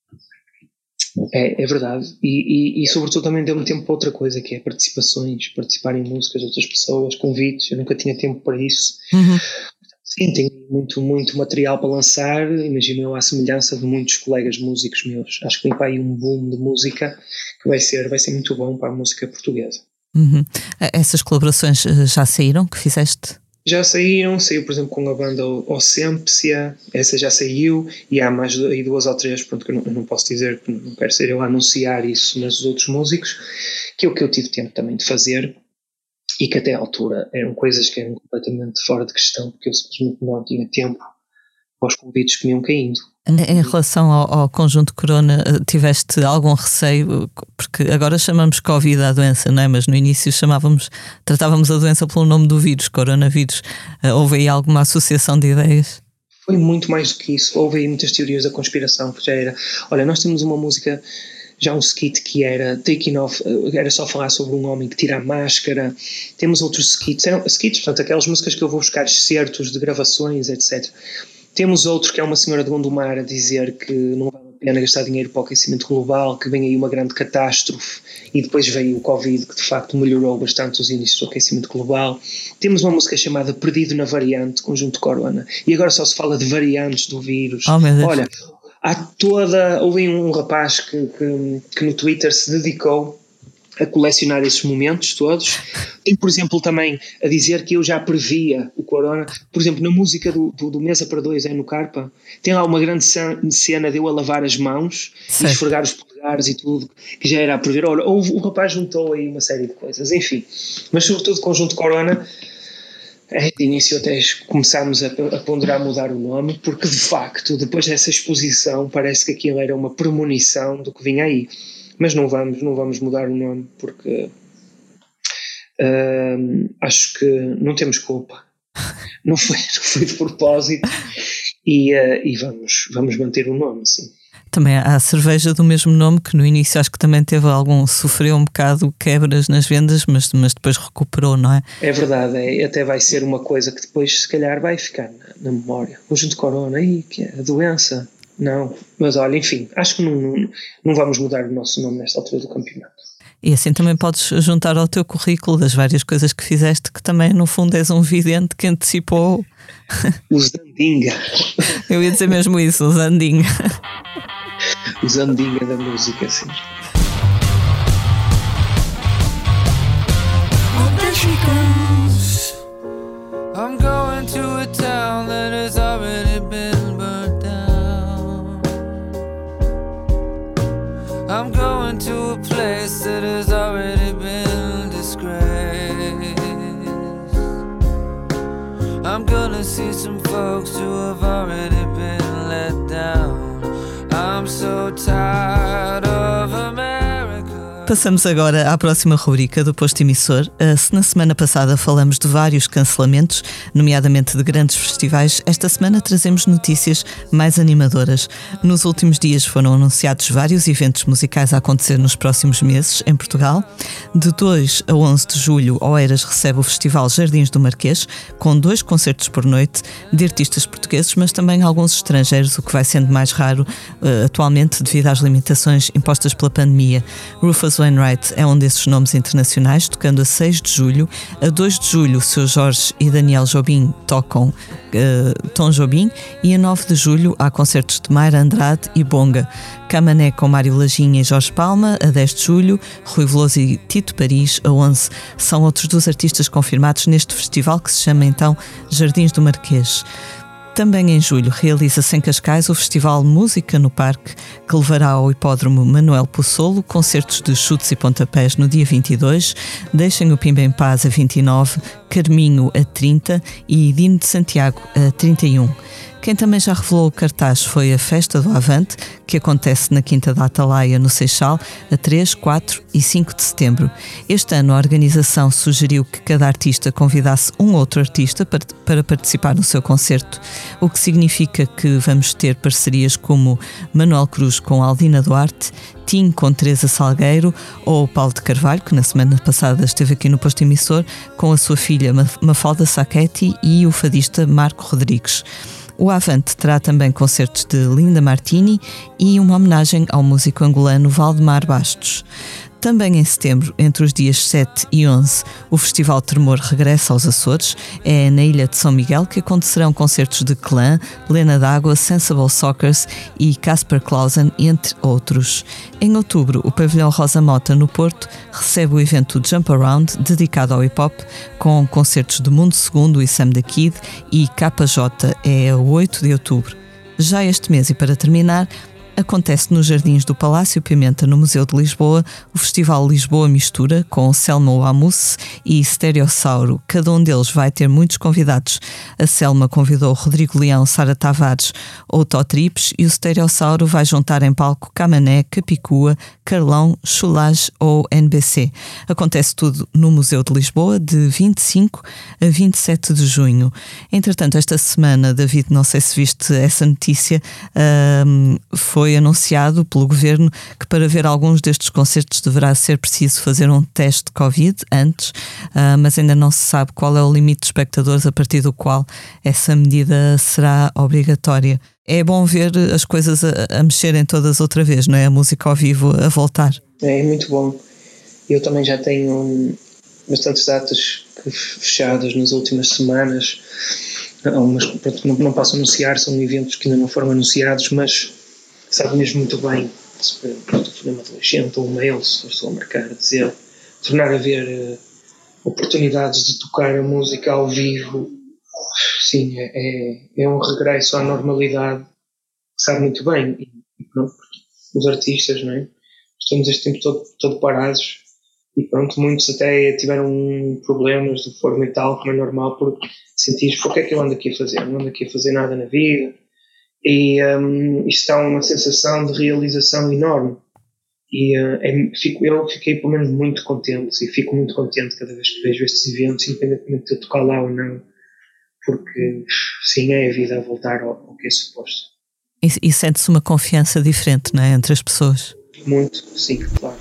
É verdade, e sobretudo também deu-me tempo para outra coisa, que é participar em músicas de outras pessoas, convites. Eu nunca tinha tempo para isso. Sim, tenho muito material para lançar, imagino eu, à semelhança de muitos colegas músicos meus. Acho que vem para aí um boom de música que vai ser muito bom para a música portuguesa. Essas colaborações já saíram, que fizeste? Já saiu, por exemplo, com a banda Ocempsia, essa já saiu, e há mais 2 ou 3, pronto, que eu não posso dizer, que não quero ser eu a anunciar isso, mas os outros músicos, que é o que eu tive tempo também de fazer, e que até à altura eram coisas que eram completamente fora de questão, porque eu simplesmente não tinha tempo para os convites que me iam caindo. Em relação ao Conjunto Corona, tiveste algum receio? Porque agora chamamos Covid à doença, não é? Mas no início tratávamos a doença pelo nome do vírus, coronavírus. Houve aí alguma associação de ideias? Foi muito mais do que isso. Houve aí muitas teorias da conspiração, que já era, olha, nós temos uma música, já um skit que era Taking Off, era só falar sobre um homem que tira a máscara. Temos outros skits, portanto, aquelas músicas que eu vou buscar excertos de gravações, etc. Temos outro que é uma senhora de Gondomar a dizer que não vale a pena gastar dinheiro para o aquecimento global, que vem aí uma grande catástrofe, e depois veio o Covid, que de facto melhorou bastante os índices do aquecimento global. Temos uma música chamada Perdido na Variante, Conjunto Corona, e agora só se fala de variantes do vírus. Olha, houve um rapaz que no Twitter se dedicou a colecionar esses momentos todos. Tem, por exemplo, também a dizer que eu já previa o corona. Por exemplo, na música do Mesa para Dois, no Carpa, tem lá uma grande cena de eu a lavar as mãos e esfregar os polegares e tudo, que já era a prever. Olha, o rapaz juntou aí uma série de coisas, enfim. Mas sobretudo Conjunto Corona, de início até começámos a ponderar mudar o nome, porque de facto, depois dessa exposição, parece que aquilo era uma premonição do que vinha aí. Mas não vamos mudar o nome, porque acho que não temos culpa. Não foi de propósito e vamos manter o nome, sim. Também há a cerveja do mesmo nome, que no início acho que também sofreu um bocado quebras nas vendas, mas depois recuperou, não é? É verdade, até vai ser uma coisa que depois se calhar vai ficar na memória. O junto corona, que é a doença. Não, mas olha, enfim, acho que não vamos mudar o nosso nome nesta altura do campeonato. E assim também podes juntar ao teu currículo das várias coisas que fizeste, que também no fundo és um vidente que antecipou. O Zandinga. Eu ia dizer mesmo isso, o Zandinga. O Zandinga da música, sim. I'm going to a town that has already been burned down. I'm going to a place that has already been disgraced. I'm gonna see some folks who have already been let down. I'm so tired of America. Passamos agora à próxima rubrica do Posto Emissor. Se na semana passada falamos de vários cancelamentos, nomeadamente de grandes festivais, esta semana trazemos notícias mais animadoras. Nos últimos dias foram anunciados vários eventos musicais a acontecer nos próximos meses em Portugal. De 2 a 11 de julho, Oeiras recebe o Festival Jardins do Marquês, com 2 concertos por noite de artistas portugueses, mas também alguns estrangeiros, o que vai sendo mais raro atualmente devido às limitações impostas pela pandemia. Rufus Wainwright é um desses nomes internacionais, tocando a 6 de julho. A 2 de julho, o Seu Jorge e Daniel Jobim tocam Tom Jobim, e a 9 de julho há concertos de Mayra Andrade e Bonga. Camané com Mário Laginha e Jorge Palma, a 10 de julho, Rui Veloso e Tito Paris, a 11. São outros 2 artistas confirmados neste festival que se chama então Jardins do Marquês. Também em julho realiza-se em Cascais o Festival Música no Parque, que levará ao Hipódromo Manuel Possolo concertos de chutes e pontapés no dia 22, Deixem o Pimba em Paz a 29, Carminho a 30 e Dino de Santiago a 31. Quem também já revelou o cartaz foi a Festa do Avante, que acontece na Quinta da Atalaia, no Seixal, a 3, 4 e 5 de setembro. Este ano a organização sugeriu que cada artista convidasse um outro artista para participar no seu concerto, o que significa que vamos ter parcerias como Manuel Cruz com Aldina Duarte, Tim com Teresa Salgueiro ou Paulo de Carvalho, que na semana passada esteve aqui no Posto Emissor, com a sua filha Mafalda Sacchetti e o fadista Marco Rodrigues. O Avante terá também concertos de Linda Martini e uma homenagem ao músico angolano Valdemar Bastos. Também em setembro, entre os dias 7 e 11, o Festival Tremor regressa aos Açores. É na Ilha de São Miguel que acontecerão concertos de Clã, Lena D'Água, Sensible Sockers e Casper Clausen, entre outros. Em outubro, o Pavilhão Rosa Mota, no Porto, recebe o evento Jump Around, dedicado ao hip-hop, com concertos de Mundo Segundo e Sam da Kid, e KJ é a 8 de outubro. Já este mês, e para terminar, acontece nos Jardins do Palácio Pimenta, no Museu de Lisboa, o Festival Lisboa Mistura, com Selma Wamus e Stereossauro. Cada um deles vai ter muitos convidados. A Selma convidou Rodrigo Leão, Sara Tavares ou Tó Trips, e o Stereossauro vai juntar em palco Camané, Capicua, Carlão, Chulage ou NBC. Acontece tudo no Museu de Lisboa, de 25 a 27 de junho. Entretanto, esta semana, David, não sei se viste essa notícia, foi anunciado pelo Governo que para ver alguns destes concertos deverá ser preciso fazer um teste de Covid antes, mas ainda não se sabe qual é o limite de espectadores a partir do qual essa medida será obrigatória. É bom ver as coisas a mexerem todas outra vez, não é? A música ao vivo a voltar. É muito bom. Eu também já tenho bastantes datas fechadas nas últimas semanas. Não posso anunciar, são eventos que ainda não foram anunciados, mas sabe mesmo muito bem, se for um adolescente ou um mail, se for só marcar, dizer, tornar a ver oportunidades de tocar a música ao vivo, sim, é um regresso à normalidade, sabe muito bem, e pronto, os artistas, não é? Estamos este tempo todo parados, e pronto, muitos até tiveram problemas de forma e tal, como é normal, porque sentires, o que é que eu ando aqui a fazer? Não ando aqui a fazer nada na vida. E isto dá uma sensação de realização enorme e eu fiquei pelo menos muito contente, e fico muito contente cada vez que vejo estes eventos, independentemente de eu tocar lá ou não, porque sim, é a vida a voltar ao que é suposto. E sente-se uma confiança diferente, não é, entre as pessoas? Muito, sim, claro.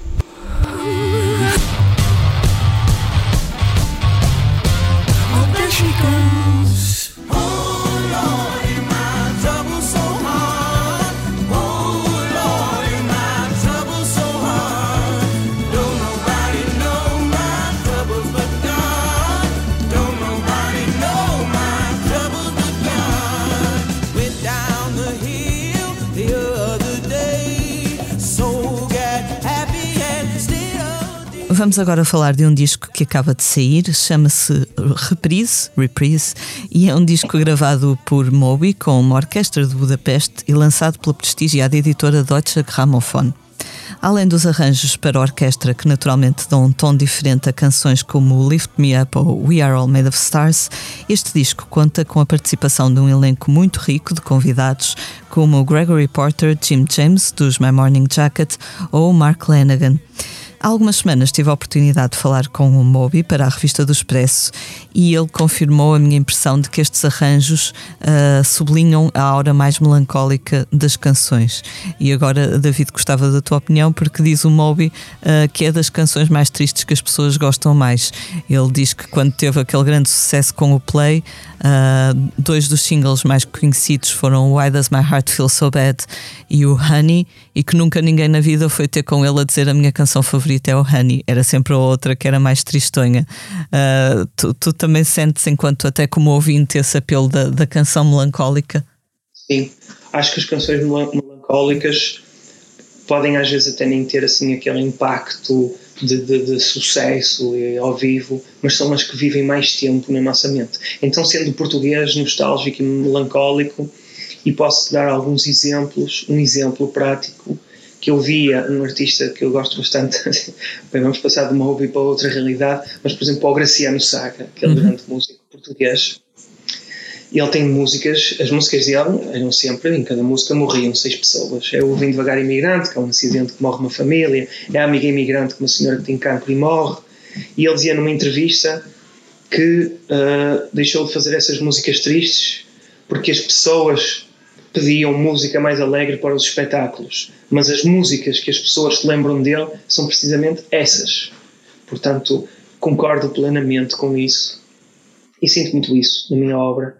Vamos agora falar de um disco que acaba de sair, chama-se Reprise, e é um disco gravado por Moby com uma orquestra de Budapeste e lançado pela prestigiada editora Deutsche Grammophon. Além dos arranjos para a orquestra, que naturalmente dão um tom diferente a canções como Lift Me Up ou We Are All Made of Stars, este disco conta com a participação de um elenco muito rico de convidados, como Gregory Porter, Jim James, dos My Morning Jacket, ou Mark Lanegan. Há algumas semanas tive a oportunidade de falar com o Moby para a revista do Expresso e ele confirmou a minha impressão de que estes arranjos sublinham a aura mais melancólica das canções. E agora, David, gostava da tua opinião, porque diz o Moby que é das canções mais tristes que as pessoas gostam mais. Ele diz que quando teve aquele grande sucesso com o Play, dois dos singles mais conhecidos foram Why Does My Heart Feel So Bad e o Honey, e que nunca ninguém na vida foi ter com ele a dizer a minha canção favorita é o Honey, era sempre a outra que era mais tristonha. Tu também sentes, enquanto até como ouvinte, esse apelo da canção melancólica? Sim, acho que as canções melancólicas podem às vezes até nem ter assim aquele impacto de sucesso ao vivo, mas são as que vivem mais tempo na nossa mente. Então, sendo português, nostálgico e melancólico, e posso dar alguns exemplos, um exemplo prático que eu via num artista que eu gosto bastante. Bem, vamos passar de uma hobby para outra realidade, mas por exemplo o Graciano Saga, que é um grande músico português, e ele tem músicas, as músicas dele eram sempre, em cada música morriam 6 pessoas. É o Vim Devagar Imigrante, que é um acidente que morre uma família, é a Amiga Imigrante, que uma senhora que tem cancro e morre, e ele dizia numa entrevista que deixou de fazer essas músicas tristes porque as pessoas pediam música mais alegre para os espetáculos, mas as músicas que as pessoas se lembram dele são precisamente essas. Portanto, concordo plenamente com isso e sinto muito isso na minha obra.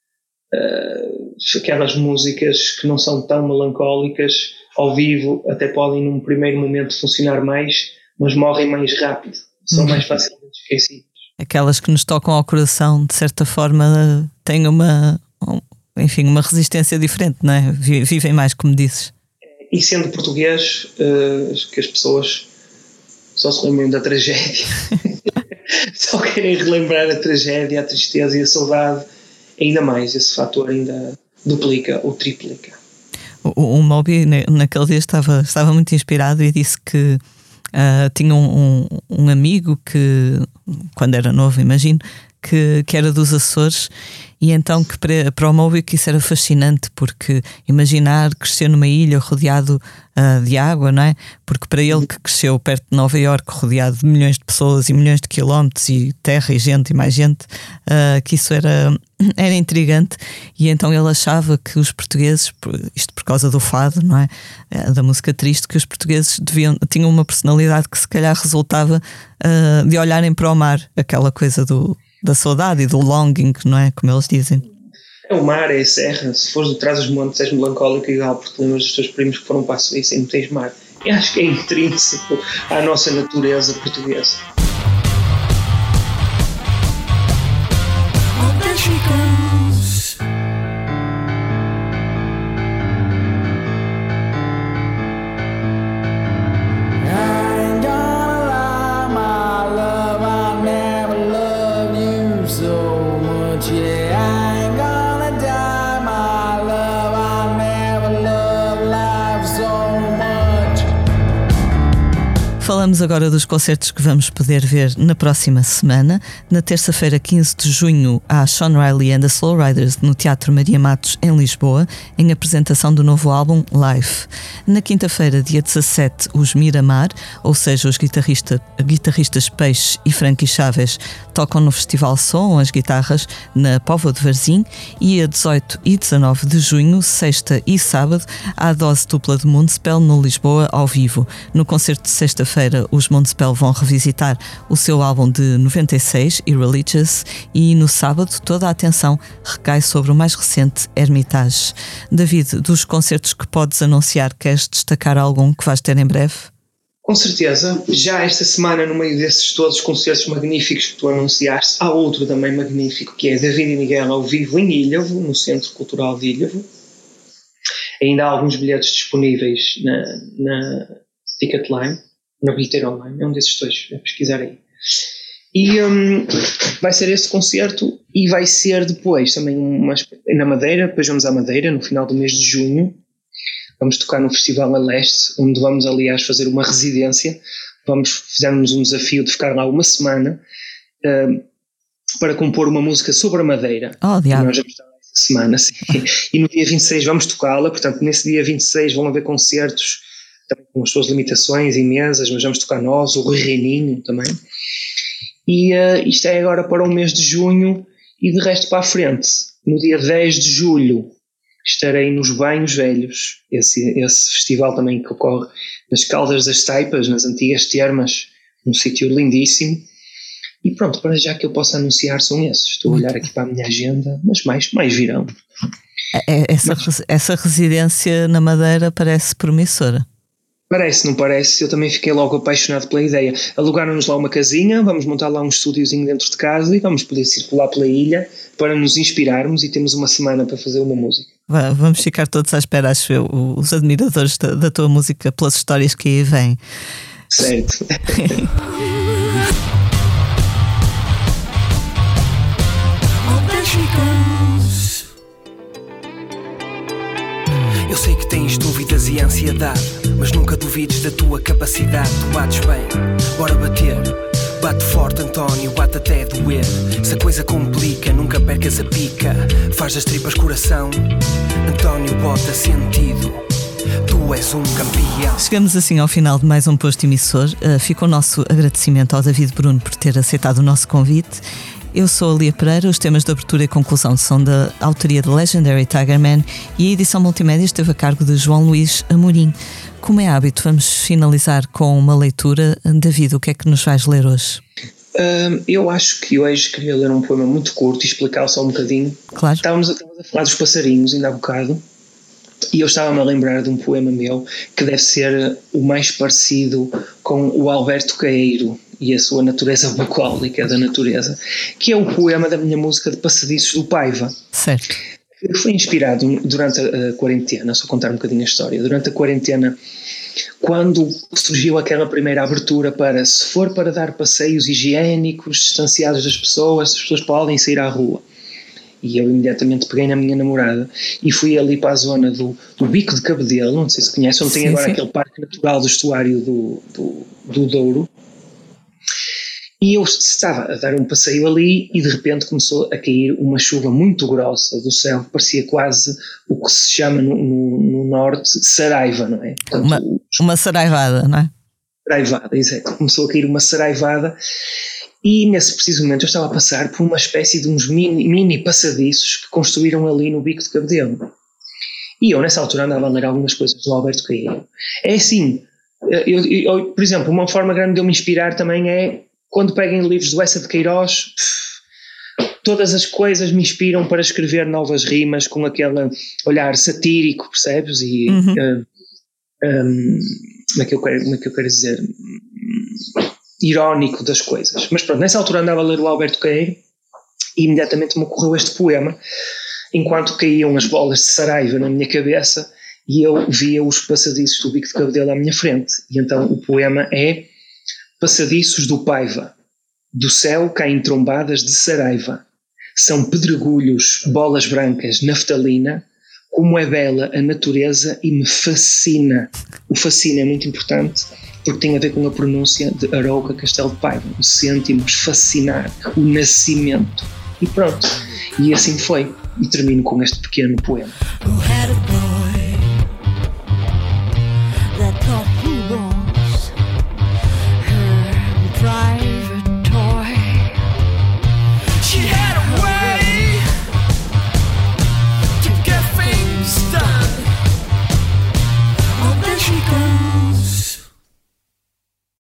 Aquelas músicas que não são tão melancólicas ao vivo até podem num primeiro momento funcionar mais, mas morrem mais rápido, são mais facilmente esquecidas. Aquelas que nos tocam ao coração, de certa forma, têm uma resistência diferente, não é? Vivem mais, como dizes. E sendo português, que as pessoas só se lembram da tragédia. Só querem relembrar a tragédia, a tristeza e a saudade. Ainda mais, esse fator ainda duplica ou triplica. O Moby, naquele dia, estava muito inspirado e disse que tinha um amigo que, quando era novo, imagino, que era dos Açores, e então que para o Moby que isso era fascinante, porque imaginar crescer numa ilha rodeado de água, não é? Porque para ele, que cresceu perto de Nova Iorque, rodeado de milhões de pessoas e milhões de quilómetros e terra e gente e mais gente, que isso era intrigante, e então ele achava que os portugueses, isto por causa do fado, não é? Da música triste, que os portugueses tinham uma personalidade que se calhar resultava de olharem para o mar, aquela coisa da saudade e do longing, não é? Como eles dizem. É o mar, é a serra. Se fores de trás dos montes és melancólico igual, porque lembras dos teus primos que foram para a Suíça e não tens mar. Eu acho que é intrínseco à nossa natureza portuguesa. Falamos agora dos concertos que vamos poder ver na próxima semana. Na terça-feira, 15 de junho, há Sean Riley and the Slow Riders no Teatro Maria Matos, em Lisboa, em apresentação do novo álbum Life. Na quinta-feira, dia 17, os Miramar, ou seja, os guitarristas Peixe e Frankie Chaves, tocam no Festival Som as guitarras na Póvoa de Varzim. E a 18 e 19 de junho, sexta e sábado, há a dose dupla de Municipal no Lisboa ao vivo. No concerto de sexta-feira, os Municipal vão revisitar o seu álbum de 96, Irreligious, e no sábado toda a atenção recai sobre o mais recente, Hermitage. David, dos concertos que podes anunciar, queres destacar algum que vais ter em breve? Com certeza, já esta semana, no meio desses todos os concertos magníficos que tu anunciaste, há outro também magnífico, que é David e Miguel ao vivo em Ilhavo, no Centro Cultural de Ilhavo. Ainda há alguns bilhetes disponíveis na Ticketline, na bilheteira online, é um desses dois, é pesquisar aí. E vai ser esse concerto, e vai ser depois também na Madeira, depois vamos à Madeira, no final do mês de junho. Vamos tocar no Festival a Leste, onde vamos, aliás, fazer uma residência. Fizemos um desafio de ficar lá uma semana para compor uma música sobre a Madeira. Oh, diabo. Nós vamos estar lá essa semana, sim. E no dia 26 vamos tocá-la, portanto, nesse dia 26 vão haver concertos, também com as suas limitações e mesas, mas vamos tocar nós, o Rui Reininho também. E isto é agora para o mês de junho, e de resto para a frente. No dia 10 de julho, estarei nos Banhos Velhos, esse festival também que ocorre nas Caldas das Taipas, nas antigas termas, um sítio lindíssimo. E pronto, para já que eu posso anunciar são esses. Estou a olhar aqui para a minha agenda, mas mais virão. Essa residência na Madeira parece promissora. Parece, não parece? Eu também fiquei logo apaixonado pela ideia. Alugaram-nos lá uma casinha, vamos montar lá um estúdiozinho dentro de casa e vamos poder circular pela ilha para nos inspirarmos, e temos uma semana para fazer uma música. Vamos ficar todos à espera, acho eu, os admiradores da tua música, pelas histórias que aí vêm. Certo. Eu sei que tens dúvidas e ansiedade, mas nunca duvides da tua capacidade. Tu bates bem, bora bater. Bate forte, António, bate até doer. Se a coisa complica, nunca percas a pica. Faz das tripas coração, António, bota sentido. Tu és um campeão. Chegamos assim ao final de mais um Posto Emissor. Fica o nosso agradecimento ao David Bruno por ter aceitado o nosso convite. Eu sou a Lia Pereira, os temas de abertura e conclusão são da autoria de Legendary Tigerman, e a edição multimédia esteve a cargo de João Luís Amorim. Como é hábito, vamos finalizar com uma leitura. David, o que é que nos vais ler hoje? Eu acho que hoje queria ler um poema muito curto e explicar só um bocadinho. Claro. Estávamos a falar dos passarinhos ainda há bocado, e eu estava-me a lembrar de um poema meu que deve ser o mais parecido com o Alberto Caeiro e a sua natureza bucólica da natureza, que é o poema da minha música de Passadiços do Paiva. Certo. Foi inspirado durante a quarentena, só contar um bocadinho a história. Durante a quarentena, quando surgiu aquela primeira abertura para, se for para dar passeios higiênicos, distanciados das pessoas, as pessoas podem sair à rua. E eu imediatamente peguei na minha namorada e fui ali para a zona do Bico de Cabedelo, não sei se conhecem, onde tem agora aquele parque natural do estuário do Douro. E eu estava a dar um passeio ali e de repente começou a cair uma chuva muito grossa do céu, parecia quase o que se chama no norte saraiva, não é? Portanto, uma saraivada, não é? Saraivada, exato. Começou a cair uma saraivada e nesse preciso momento eu estava a passar por uma espécie de uns mini passadiços que construíram ali no Bico de Cabedelo. E eu nessa altura andava a ler algumas coisas do Alberto Caeiro. É assim, eu, por exemplo, uma forma grande de eu me inspirar também é quando peguem livros do Essa de Queiroz, todas as coisas me inspiram para escrever novas rimas com aquele olhar satírico, percebes? E como é que eu quero dizer? Irónico das coisas. Mas pronto, nessa altura andava a ler o Alberto Caeiro e imediatamente me ocorreu este poema, enquanto caíam as bolas de Saraiva na minha cabeça e eu via os passadiços do Bico de Cabedelo à minha frente. E então o poema é: Passadiços do Paiva, do céu caem trombadas de Saraiva, são pedregulhos, bolas brancas, naftalina, como é bela a natureza e me fascina. O fascina é muito importante porque tem a ver com a pronúncia de Arouca Castelo de Paiva. O sentimos, fascinar, o nascimento. E pronto, e assim foi. E termino com este pequeno poema.